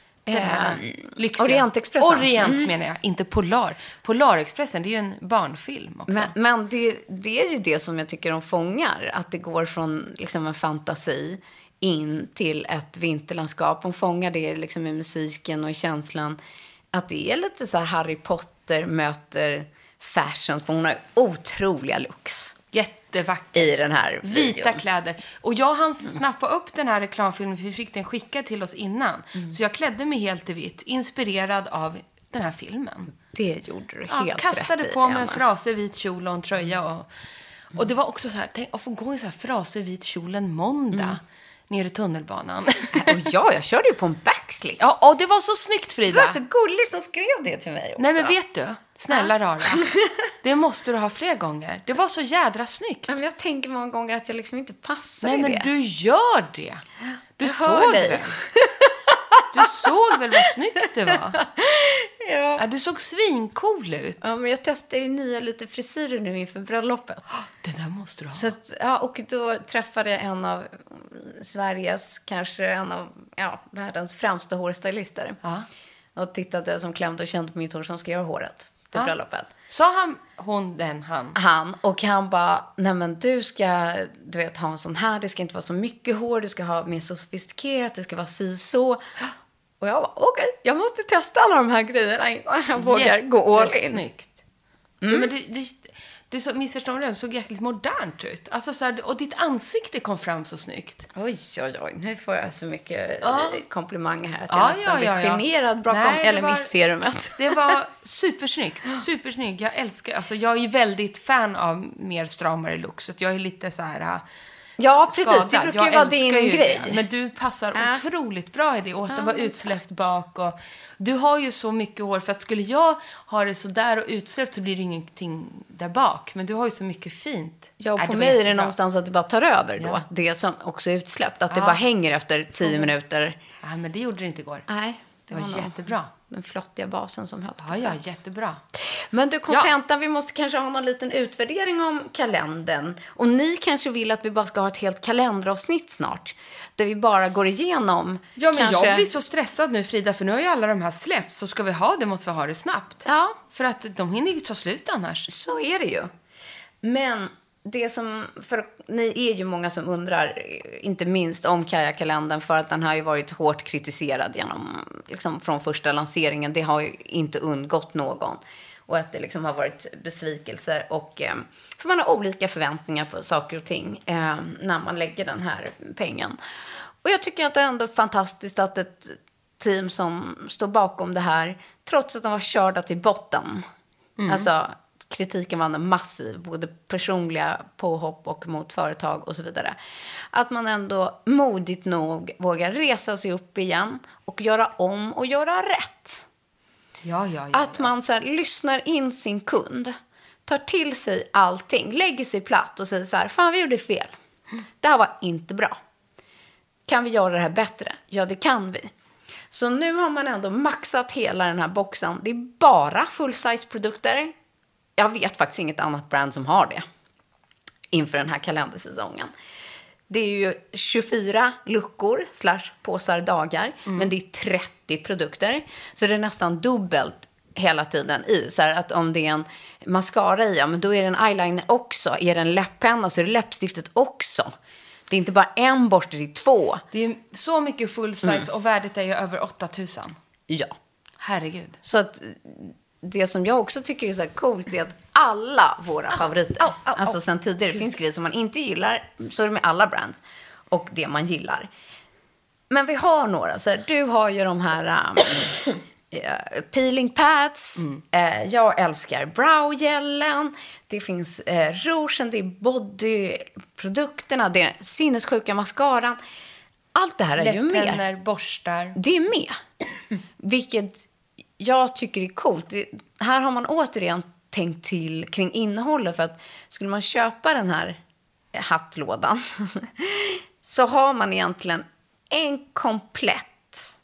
Orientexpressen. Orient menar jag, inte Polar. Polarexpressen, det är ju en barnfilm också. Men det är ju det som jag tycker de fångar. Att det går från liksom en fantasi in till ett vinterlandskap. Hon fångar det liksom i musiken och i känslan. Att det är lite så här Harry Potter möter fashion. För hon har otroliga looks. Jättevackert. I den här videon. Vita kläder. Och jag hann snappa upp den här reklamfilmen för vi fick den skickad till oss innan. Så jag klädde mig helt i vitt. Inspirerad av den här filmen. Det gjorde du helt rätt i. Kastade på mig en frasig vit kjol och en tröja. Och det var också så här, tänk att få gå i så här frasig vit kjol en måndag. Ner i tunnelbanan. Och jag körde ju på en backslick. Ja, och det var så snyggt, Frida. Du var så gullig som skrev det till mig också. Nej, men vet du? Snälla Rara. Det måste du ha fler gånger. Det var så jädra snyggt. Men jag tänker många gånger att jag liksom inte passar i det. Nej, men du gör det. Du såg väl? Du såg väl vad snyggt det var? Ja. Du såg svincool ut. Ja, men jag testade ju nya lite frisyrer nu inför bröllopet. Det där måste du ha. Så att, ja, och då träffade jag en av Sveriges, kanske en av världens främsta hårstylister. Ja. Och tittade som klämde och kände på mitt hår som ska göra håret till bröllopet. Sa han? Han. Och han bara, nej men du ska, du vet, ha en sån här. Det ska inte vara så mycket hår. Du ska ha mer sofistikerat. Det ska vara så. Och jag bara, okej, jag måste testa alla de här grejerna innan jag vågar gå all in. Snyggt. Men du så, missförstår mig, det såg jäkligt modernt ut. Alltså så här, och ditt ansikte kom fram så snyggt. Oj. Nu får jag så mycket komplimanger här. Att jag nästan blir generad bakom misserumet. Det var supersnyggt. Supersnyggt. Jag älskar, alltså jag är ju väldigt fan av mer stramare looks. Så jag är lite så här... Ja, precis. Skadad. Det brukar ju vara din grej. Det. Men du passar otroligt bra i det. Och att det var utsläppt bak. Och du har ju så mycket hår. För att skulle jag ha det så där och utsläppt så blir det ingenting där bak. Men du har ju så mycket fint. Ja, och på mig är det någonstans att det bara tar över då. Det som också är utsläppt. Att det bara hänger efter 10 minuter. Ja, men det gjorde det inte igår. Nej. Det var jättebra. Den flottiga basen som höll på plats. Ja, jättebra. Men du, kontentan, vi måste kanske ha någon liten utvärdering om kalendern. Och ni kanske vill att vi bara ska ha ett helt kalenderavsnitt snart. Där vi bara går igenom. Ja, men jag blir så stressad nu, Frida. För nu har ju alla de här släppt. Så ska vi ha det, måste vi ha det snabbt. Ja. För att de hinner ju ta slut annars. Så är det ju. Men... det som, för ni är ju många som undrar, inte minst om Kaja-kalendern, för att den har ju varit hårt kritiserad genom, liksom, från första lanseringen. Det har ju inte undgått någon. Och att det liksom har varit besvikelser. Och, för man har olika förväntningar på saker och ting när man lägger den här pengen. Och jag tycker att det är ändå fantastiskt att ett team som står bakom det här, trots att de var körda till botten, alltså... kritiken var massiv, både personliga påhopp och mot företag och så vidare. Att man ändå modigt nog vågar resa sig upp igen och göra om och göra rätt. Att man så här, lyssnar in sin kund, tar till sig allting, lägger sig platt och säger så här, fan vi gjorde fel. Det här var inte bra. Kan vi göra det här bättre? Ja, det kan vi. Så nu har man ändå maxat hela den här boxen. Det är bara full-size-produkter. Jag vet faktiskt inget annat brand som har det inför den här kalendersäsongen. Det är ju 24 luckor / påsar dagar, men det är 30 produkter. Så det är nästan dubbelt hela tiden i. Så här att om det är en mascara i, ja, men då är det en eyeliner också. Är det en läpppenna så är det läppstiftet också. Det är inte bara en borste, det är 2. Det är så mycket full size och värdet är ju över 8 000. Ja. Herregud. Så att det som jag också tycker är så här coolt är att alla våra favoriter, alltså sen tidigare, det finns grejer som man inte gillar, så är det med alla brands. Och det man gillar. Men vi har några, så här, du har ju de här peeling pads. Jag älskar browgelen. Det finns rougen, det är bodyprodukterna, det är sinnessjuka mascaran. Allt det här är ju med. Läppennor, borstar. Det är med. Vilket jag tycker är coolt. Här har man återigen tänkt till kring innehållet. För att skulle man köpa den här hattlådan så har man egentligen en komplett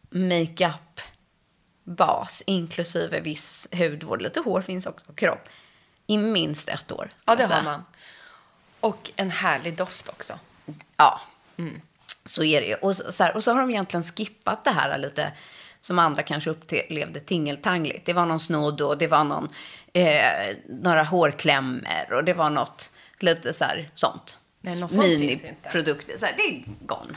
makeup-bas inklusive viss hudvård. Lite hår finns också på kropp. I minst 1 år. Ja, det har man. Och en härlig doft också. Ja, så är det ju. Och så har de egentligen skippat det här lite som andra kanske upplevde tingeltangligt. Det var någon snodd och det var några hårklämmor och det var något lite så här sånt. Miniprodukter. Så här, det är gone.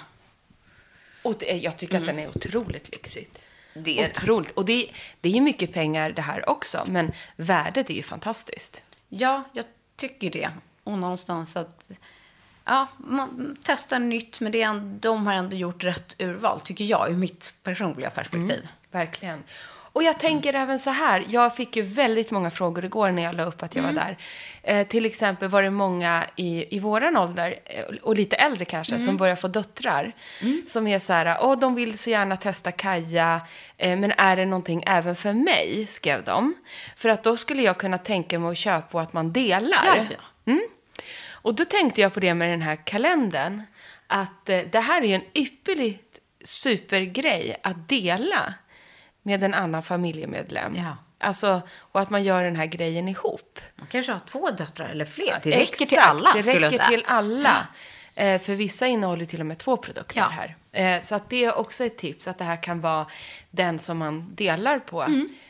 Och jag tycker att den är otroligt lyxigt. Det är otroligt. Och det är ju mycket pengar det här också. Men värdet är ju fantastiskt. Ja, jag tycker det. Och någonstans att ja, man testar nytt, men de har ändå gjort rätt urval, tycker jag, ur mitt personliga perspektiv. Verkligen. Och jag tänker även så här, jag fick ju väldigt många frågor igår när jag la upp att jag var där. Till exempel var det många i våran ålder, och lite äldre kanske, som börjar få döttrar. Som är så här, de vill så gärna testa Kaja, men är det någonting även för mig, skrev de. För att då skulle jag kunna tänka mig att köpa att man delar. Ja. Och då tänkte jag på det med den här kalendern. Att det här är ju en ypperligt supergrej att dela med en annan familjemedlem. Ja. Alltså, och att man gör den här grejen ihop. Man kanske har 2 döttrar eller fler. Det räcker till alla. Det räcker till alla. För vissa innehåller till och med 2 produkter här. Så att det är också ett tips. Att det här kan vara den som man delar på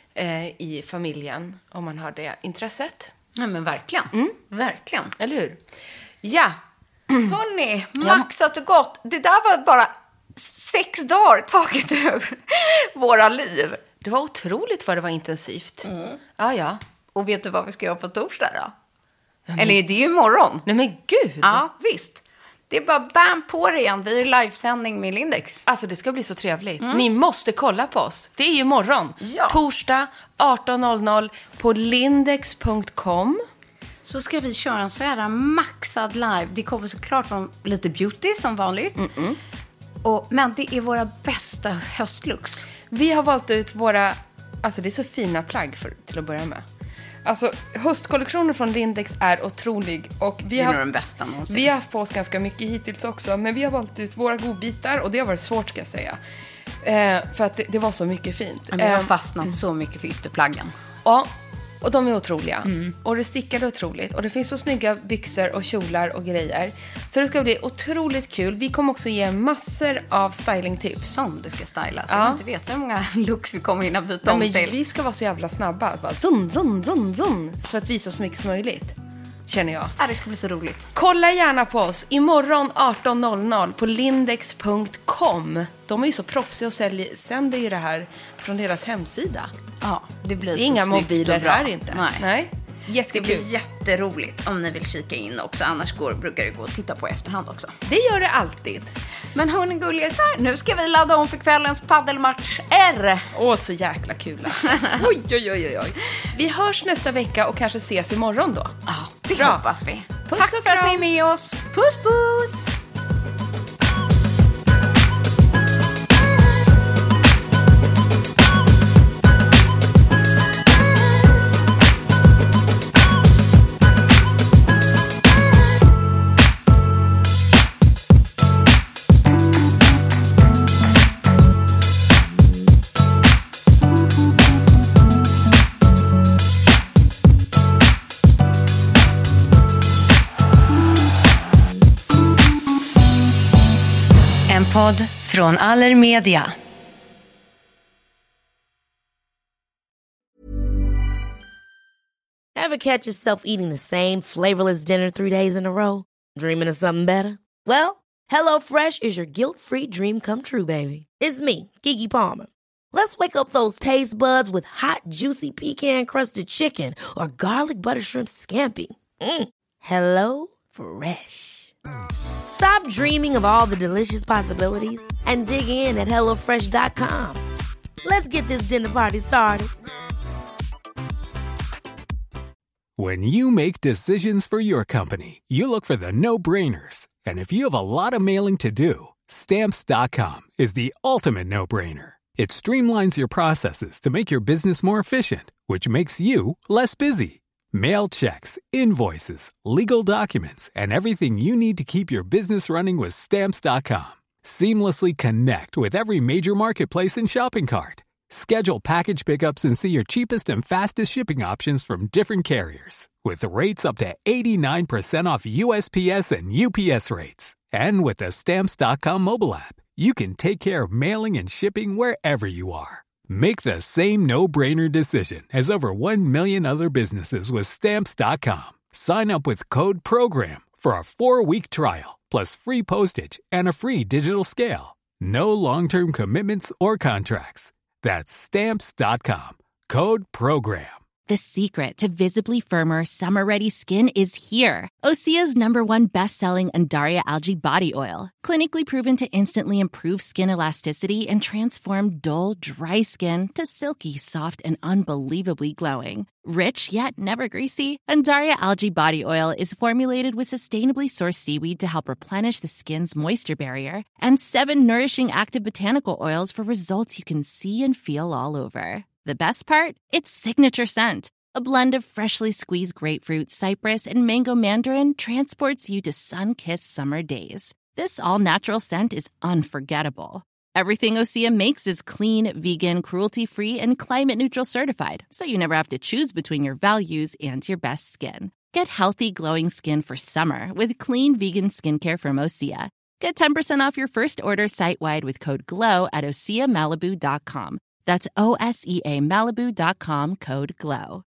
i familjen. Om man har det intresset. Ja, men verkligen. Verkligen. Eller hur? Ja. Hörrni, maxat och gott. Det där var bara 6 dagar taget över våra liv. Det var otroligt vad det var intensivt. Ja. Och vet du vad vi ska göra på torsdag då? Eller är det ju imorgon? Nej men gud. Ja, visst. Det är bara bam på det igen. Vi är livesändning med Lindex. Alltså det ska bli så trevligt. Ni måste kolla på oss. Det är ju imorgon. Ja. Torsdag 18:00 på lindex.com. Så ska vi köra en så här maxad live. Det kommer såklart vara lite beauty som vanligt. Men det är våra bästa höstlooks. Vi har valt ut våra, alltså det är så fina plagg till att börja med. Alltså höstkollektionen från Lindex är otrolig. Och det är nog den bästa någonsin. Vi har haft på oss ganska mycket hittills också. Men vi har valt ut våra godbitar och det har varit svårt, ska jag säga. För att det var så mycket fint. Men jag har fastnat så mycket för ytterplaggen. Ja. Och de är otroliga. Och det stickade otroligt. Och det finns så snygga byxor och kjolar och grejer. Så det ska bli otroligt kul. Vi kommer också ge massor av stylingtips. Som det ska stylas. Jag vill inte veta hur många looks vi kommer hinna byta om till. Vi ska vara så jävla snabba. Bara zon. För att visa så mycket som möjligt. Känner jag. Ja, det ska bli så roligt. Kolla gärna på oss. Imorgon 18:00 på lindex.com. De är ju så proffsiga och sänder ju det här från deras hemsida. Ja, det blir så inga mobiler bra. här inte. Nej. Det blir jätteroligt om ni vill kika in också. Annars brukar det gå att titta på efterhand också. Det gör det alltid. Men hörni gulliga, så här, nu ska vi ladda om för kvällens paddelmatch R. Så jäkla kul alltså. Oj. Vi hörs nästa vecka och kanske ses imorgon då. Ja, det hoppas vi. Tack för att ni är med oss. Puss, puss! Podd från Allermedia. Ever catch yourself eating the same flavorless dinner 3 days in a row? Dreaming of something better? Well, HelloFresh is your guilt-free dream come true, baby. It's me, Keke Palmer. Let's wake up those taste buds with hot, juicy pecan-crusted chicken or garlic butter shrimp scampi. Hello Fresh. Stop dreaming of all the delicious possibilities and dig in at HelloFresh.com. Let's get this dinner party started. When you make decisions for your company, you look for the no-brainers. And if you have a lot of mailing to do, Stamps.com is the ultimate no-brainer. It streamlines your processes to make your business more efficient, which makes you less busy. Mail checks, invoices, legal documents, and everything you need to keep your business running with Stamps.com. Seamlessly connect with every major marketplace and shopping cart. Schedule package pickups and see your cheapest and fastest shipping options from different carriers. With rates up to 89% off USPS and UPS rates. And with the Stamps.com mobile app, you can take care of mailing and shipping wherever you are. Make the same no-brainer decision as over 1 million other businesses with Stamps.com. Sign up with code PROGRAM for a 4-week trial, plus free postage and a free digital scale. No long-term commitments or contracts. That's Stamps.com. Code PROGRAM. The secret to visibly firmer, summer-ready skin is here. Osea's #1 best-selling Undaria Algae Body Oil. Clinically proven to instantly improve skin elasticity and transform dull, dry skin to silky, soft, and unbelievably glowing. Rich yet never greasy, Undaria Algae Body Oil is formulated with sustainably sourced seaweed to help replenish the skin's moisture barrier and 7 nourishing active botanical oils for results you can see and feel all over. The best part? Its signature scent. A blend of freshly squeezed grapefruit, cypress, and mango mandarin transports you to sun-kissed summer days. This all-natural scent is unforgettable. Everything Osea makes is clean, vegan, cruelty-free, and climate-neutral certified, so you never have to choose between your values and your best skin. Get healthy, glowing skin for summer with clean, vegan skincare from Osea. Get 10% off your first order site-wide with code GLOW at OseaMalibu.com. That's OSEAMalibu.com, code GLOW.